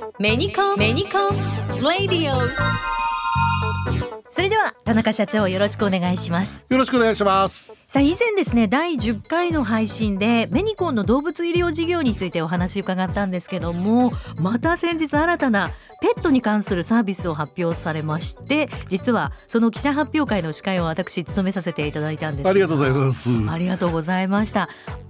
メニコンレディオ。それでは田中社長、よろしくお願いします。 よろしくお願いします。 さあ、以前ですね、第10回の配信でメニコンの動物医療事業についてお話伺ったんですけども、また先日新たなペットに関するサービスを発表されまして、実はその記者発表会の司会を私務めさせていただいたんですが、 ありがとうございます。 ありがとうございました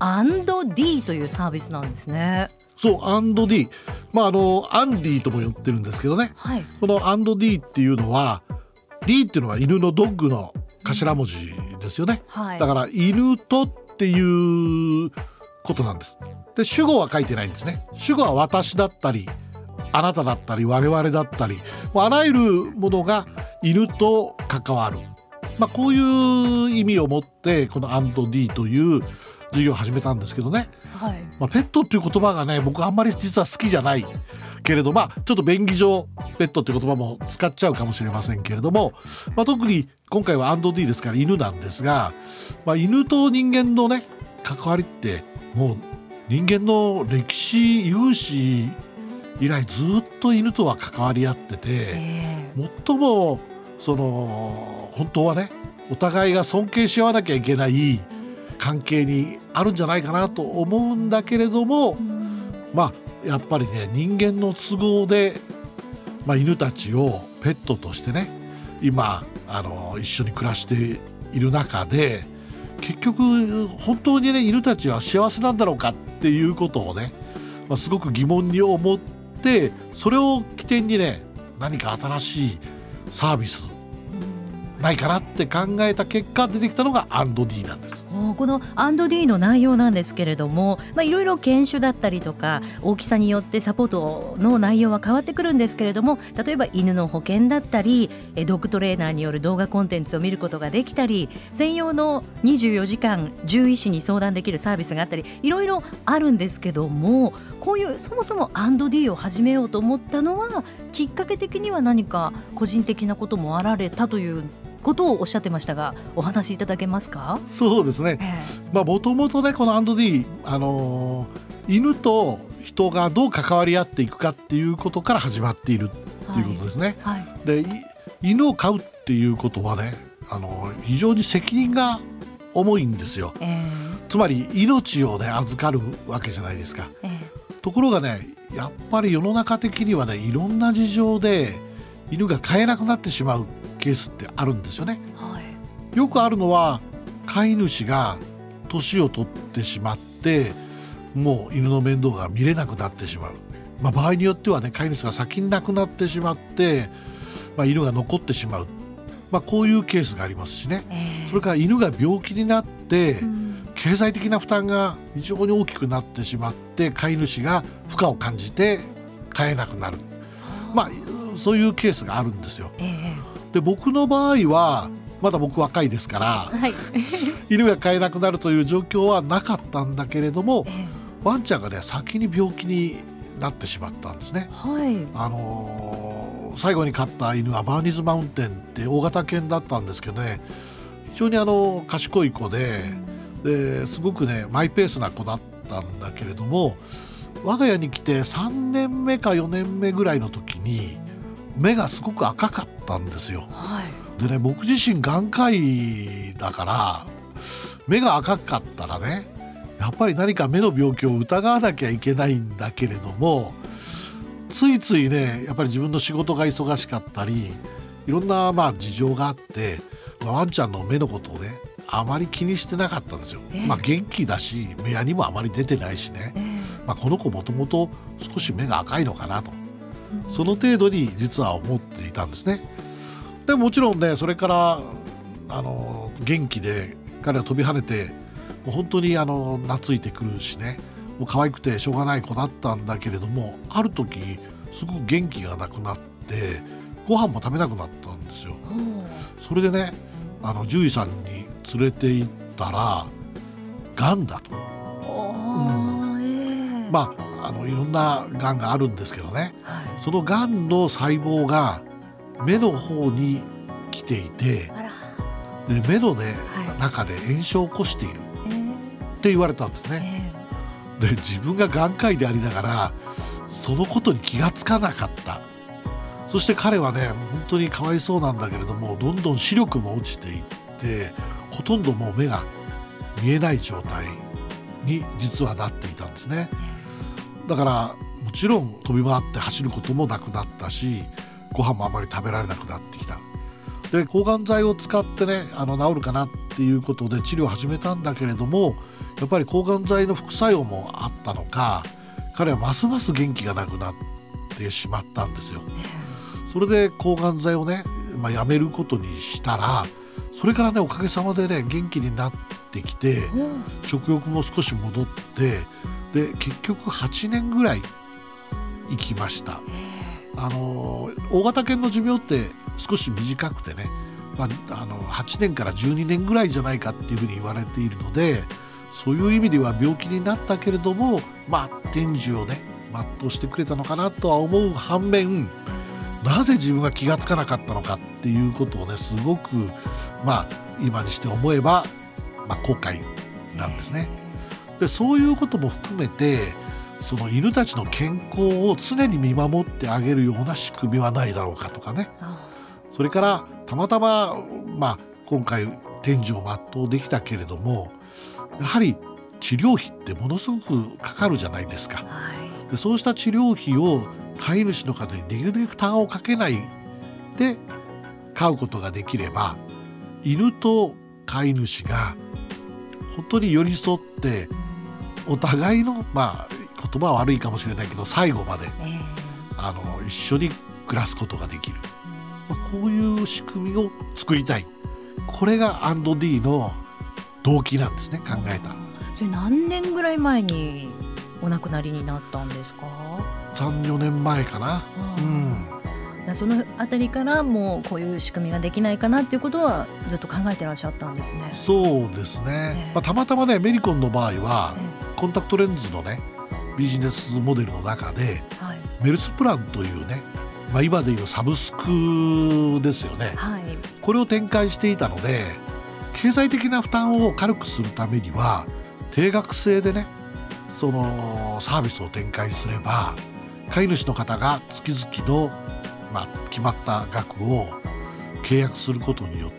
。&D というサービスなんですね。 そう、&D、アンディとも呼ってるんですけどね、 はい、 この&D っていうのは D っていうのは犬のドッグの頭文字ですよね、 はい、 だから犬とっていうことなんです。で、主語は書いてないんですね。主語は私だったりあなただったり我々だったり、あらゆるものが犬と関わる、こういう意味を持ってこの&D という事業を始めたんですけどね、 はい、 ペットっていう言葉がね、僕あんまり実は好きじゃないけれど、ちょっと便宜上ペットっていう言葉も使っちゃうかもしれませんけれども、特に今回は&D ですから犬なんですが、犬と人間のね関わりってもう人間の歴史有史以来ずっと犬とは関わり合ってて、最も本当はねお互いが尊敬し合わなきゃいけない関係にあるんじゃないかなと思うんだけれども、やっぱりね人間の都合で、犬たちをペットとしてね今一緒に暮らしている中で、結局本当にね犬たちは幸せなんだろうかっていうことをね、すごく疑問に思って、それを起点にね何か新しいサービスないかなって考えた結果出てきたのが&D なんです。 この&D の内容なんですけれども、いろいろ犬種だったりとか大きさによってサポートの内容は変わってくるんですけれども、例えば犬の保険だったりドッグトレーナーによる動画コンテンツを見ることができたり、専用の24時間獣医師に相談できるサービスがあったり、いろいろあるんですけども、こういうそもそも&D を始めようと思ったのはきっかけ的には何か個人的なこともあられたということをおっしゃってましたが、お話しいただけますか？ そうですね、もともとねこの&D、犬と人がどう関わり合っていくかっていうことから始まっているっていうことですね、で犬を飼うっていうことはね非常に責任が重いんですよ、つまり命をね預かるわけじゃないですか、ところがねやっぱり世の中的にはねいろんな事情で犬が飼えなくなってしまうケースってあるんですよね、よくあるのは飼い主が年を取ってしまってもう犬の面倒が見れなくなってしまう、場合によってはね飼い主が先に亡くなってしまって、犬が残ってしまう、こういうケースがありますしね、それから犬が病気になって、経済的な負担が非常に大きくなってしまって飼い主が負荷を感じて飼えなくなる、そういうケースがあるんですよ、で僕の場合はまだ僕若いですから、犬が飼えなくなるという状況はなかったんだけれども、ワンちゃんがね先に病気になってしまったんですね、最後に飼った犬はバーニーズマウンテンって大型犬だったんですけどね、非常に賢い子ですごくねマイペースな子だったんだけれども、我が家に来て3年目か4年目ぐらいの時に目がすごく赤かったんですよ、でね僕自身眼科医だから目が赤かったらねやっぱり何か目の病気を疑わなきゃいけないんだけれども、ついついねやっぱり自分の仕事が忙しかったりいろんな事情があって、ワンちゃんの目のことをねあまり気にしてなかったんですよ、元気だし目やにもあまり出てないしね、この子もともと少し目が赤いのかなと、その程度に実は思っていたんですね。でもちろんねそれから元気で彼は飛び跳ねてもう本当に懐いてくるしね、もう可愛くてしょうがない子だったんだけれども、ある時すごく元気がなくなってご飯も食べなくなったんですよ。それでね獣医さんに連れて行ったらがんだと、いろんながんがあるんですけどね、そのがんの細胞が目の方に来ていて、で目の、中で炎症を起こしているって言われたんですね、で自分が眼科医でありながらそのことに気がつかなかった。そして彼はね、本当にかわいそうなんだけれども、どんどん視力も落ちていって、ほとんどもう目が見えない状態に実はなっていたんですね。だからもちろん飛び回って走ることもなくなったし、ご飯もあまり食べられなくなってきた。で、抗がん剤を使ってね、治るかなっていうことで治療を始めたんだけれども、やっぱり抗がん剤の副作用もあったのか、彼はますます元気がなくなってしまったんですよ。それで抗がん剤をね、やめることにしたら、それからね、おかげさまでね、元気になってきて、食欲も少し戻って、で結局8年ぐらい生きました。大型犬の寿命って少し短くてね、8年から12年ぐらいじゃないかっていうふうに言われているので、そういう意味では病気になったけれども、天寿をね全うしてくれたのかなとは思う反面、なぜ自分が気がつかなかったのかっていうことをね、すごく今にして思えば、後悔なんですね。で、そういうことも含めて、その犬たちの健康を常に見守ってあげるような仕組みはないだろうかとかね。それからたまたま、今回天寿を全うできたけれども、やはり治療費ってものすごくかかるじゃないですか。で、そうした治療費を飼い主の方にできるだけ負担をかけないで飼うことができれば、犬と飼い主が本当に寄り添って、お互いの、言葉は悪いかもしれないけど、最後まで、一緒に暮らすことができる、こういう仕組みを作りたい。これが&Dの動機なんですね、考えた。 それ何年ぐらい前にお亡くなりになったんですか ？3、4年前かな。 そのあたりからもうこういう仕組みができないかなっていうことはずっと考えてらっしゃったんですね。 そうですね、たまたまね、メリコンの場合は、コンタクトレンズのねビジネスモデルの中で、メルスプランというね、今でいうサブスクですよね、これを展開していたので、経済的な負担を軽くするためには定額制でね、そのサービスを展開すれば、飼い主の方が月々の、決まった額を契約することによって、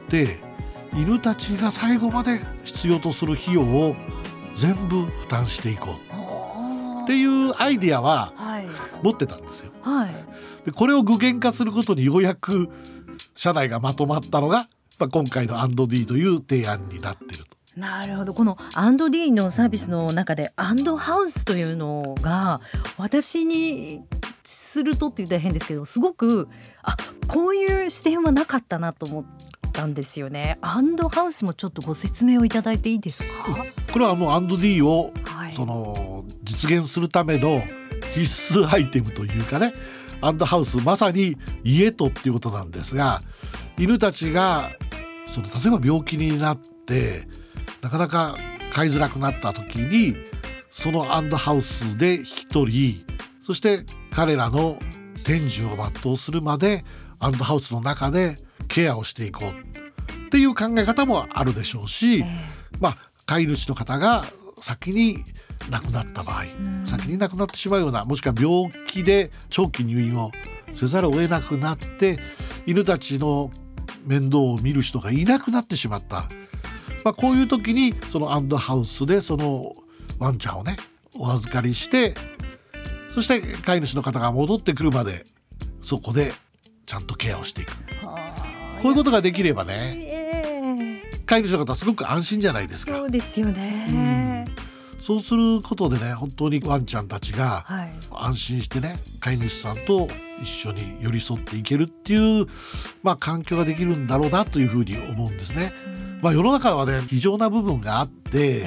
犬たちが最後まで必要とする費用を全部負担していこうっていうアイデアは持ってたんですよ。で、これを具現化することにようやく社内がまとまったのが、今回の&Dという提案になっていると。 なるほど。この&Dのサービスの中で&ハウスというのが、私にするとって言ったら変ですけど、すごくこういう視点はなかったなと思ったんですよね。&ハウスもちょっとご説明をいただいていいですか？ これはもう&Dを、その実現するための必須アイテムというかね、&ハウス、まさに家とっていうことなんですが、犬たちが例えば病気になってなかなか飼いづらくなった時に、その&ハウスで引き取り、そして彼らの天寿を全うするまで&ハウスの中でケアをしていこうっていう考え方もあるでしょうし、飼い主の方が先に亡くなった場合、先に亡くなってしまうような、もしくは病気で長期入院をせざるを得なくなって、犬たちの面倒を見る人がいなくなってしまった、こういう時にその&ハウスでそのワンちゃんをねお預かりして、そして飼い主の方が戻ってくるまでそこでちゃんとケアをしていく。こういうことができればね、飼い主の方はすごく安心じゃないですか。 そうですよね。 そうすることでね、本当にワンちゃんたちが安心してね、飼い主さんと一緒に寄り添っていけるっていう、環境ができるんだろうなというふうに思うんですね。世の中はね、非常な部分があって、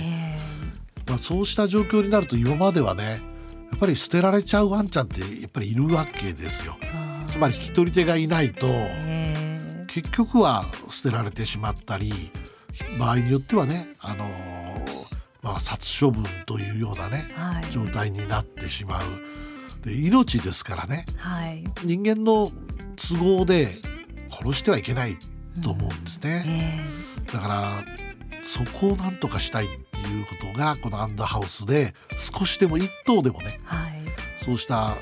そうした状況になると、今まではね、やっぱり捨てられちゃうワンちゃんってやっぱりいるわけですよ。つまり引き取り手がいないと、結局は捨てられてしまったり、場合によってはね、殺処分というようなね、状態になってしまう。で、命ですからね、人間の都合で殺してはいけないと思うんですね。だからそこをなんとかしたいっていうことが、この&ハウスで少しでも一頭でもね、そうした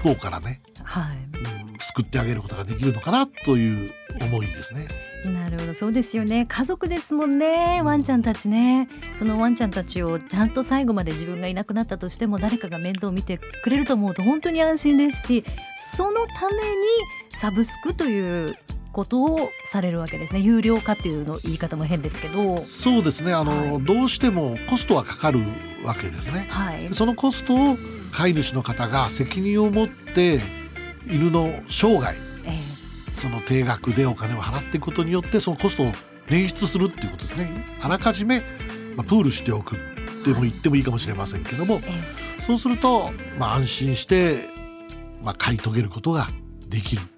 方からね、救ってあげることができるのかなという思いですね。 なるほど、そうですよね。家族ですもんね、ワンちゃんたちね。そのワンちゃんたちをちゃんと最後まで自分がいなくなったとしても誰かが面倒を見てくれると思うと本当に安心ですし、そのためにサブスクということをされるわけですね。有料化っていうの言い方も変ですけど。 そうですね、どうしてもコストはかかるわけですね、そのコストを飼い主の方が責任を持って犬の生涯、その定額でお金を払っていくことによってそのコストを捻出するっていうことですね。あらかじめ、プールしておくっても言ってもいいかもしれませんけども、そうすると、安心して、買い遂げることができる、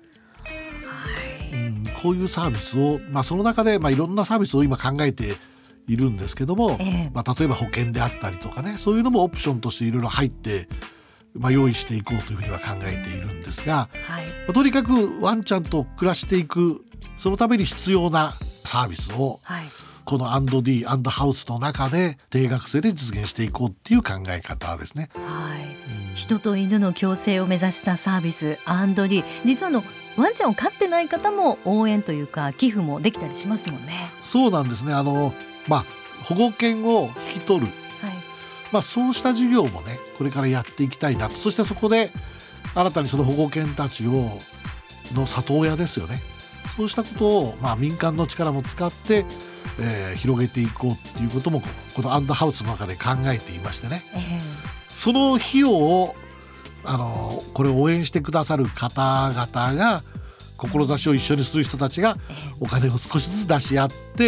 こういうサービスを、その中で、いろんなサービスを今考えているんですけども、例えば保険であったりとかね、そういうのもオプションとしていろいろ入って用意していこうというふうには考えているんですが、とにかくワンちゃんと暮らしていく、そのために必要なサービスを、この&D&ハウスの中で定額制で実現していこうっていう考え方ですね。 人と犬の共生を目指したサービス&D、実はワンちゃんを飼ってない方も応援というか寄付もできたりしますもんね。 そうなんですね。保護犬を引き取る、そうした事業もねこれからやっていきたいなと。そしてそこで新たにその保護犬たちの里親ですよね、そうしたことを、民間の力も使って、広げていこうっていうこともこの&ハウスの中で考えていましてね、その費用をこれを応援してくださる方々が、志を一緒にする人たちがお金を少しずつ出し合って、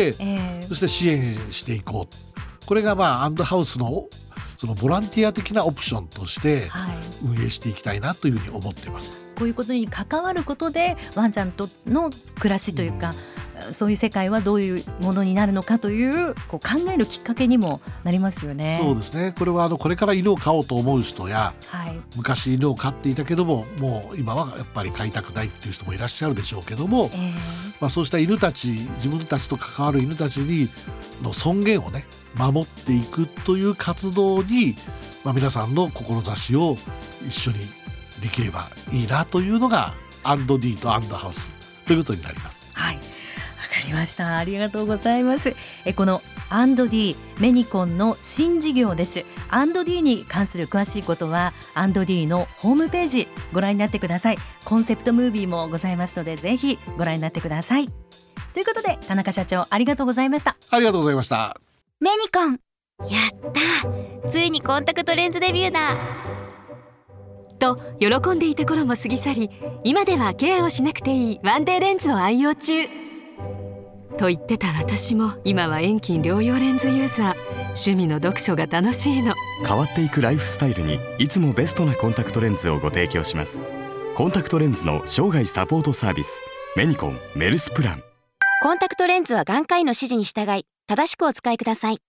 そして支援していこう、これが&ハウスのそのボランティア的なオプションとして運営していきたいなというふうに思っています。 こういうことに関わることでワンちゃんとの暮らしというか、そういう世界はどういうものになるのかという考えるきっかけにもなりますよね。 そうですね。これはこれから犬を飼おうと思う人や、昔犬を飼っていたけどももう今はやっぱり飼いたくないっていう人もいらっしゃるでしょうけども、そうした犬たち、自分たちと関わる犬たちの尊厳をね守っていくという活動に、皆さんの志を一緒にできればいいなというのが&Dと&ハウスということになります。 わかりました。ありがとうございます。この&Dメニコンの新事業です。&D に関する詳しいことは&D のホームページご覧になってください。コンセプトムービーもございますのでぜひご覧になってください。ということで田中社長ありがとうございました。 ありがとうございました。 メニコンやった、ついにコンタクトレンズデビューだと喜んでいた頃も過ぎ去り、今ではケアをしなくていいワンデーレンズを愛用中と言ってた私も今は遠近療養レンズユーザー。趣味の読書が楽しいの。 変わっていくライフスタイルにいつもベストなコンタクトレンズをご提供します。コンタクトレンズの生涯サポートサービス、メニコンメルスプラン。 コンタクトレンズは眼科医の指示に従い正しくお使いください。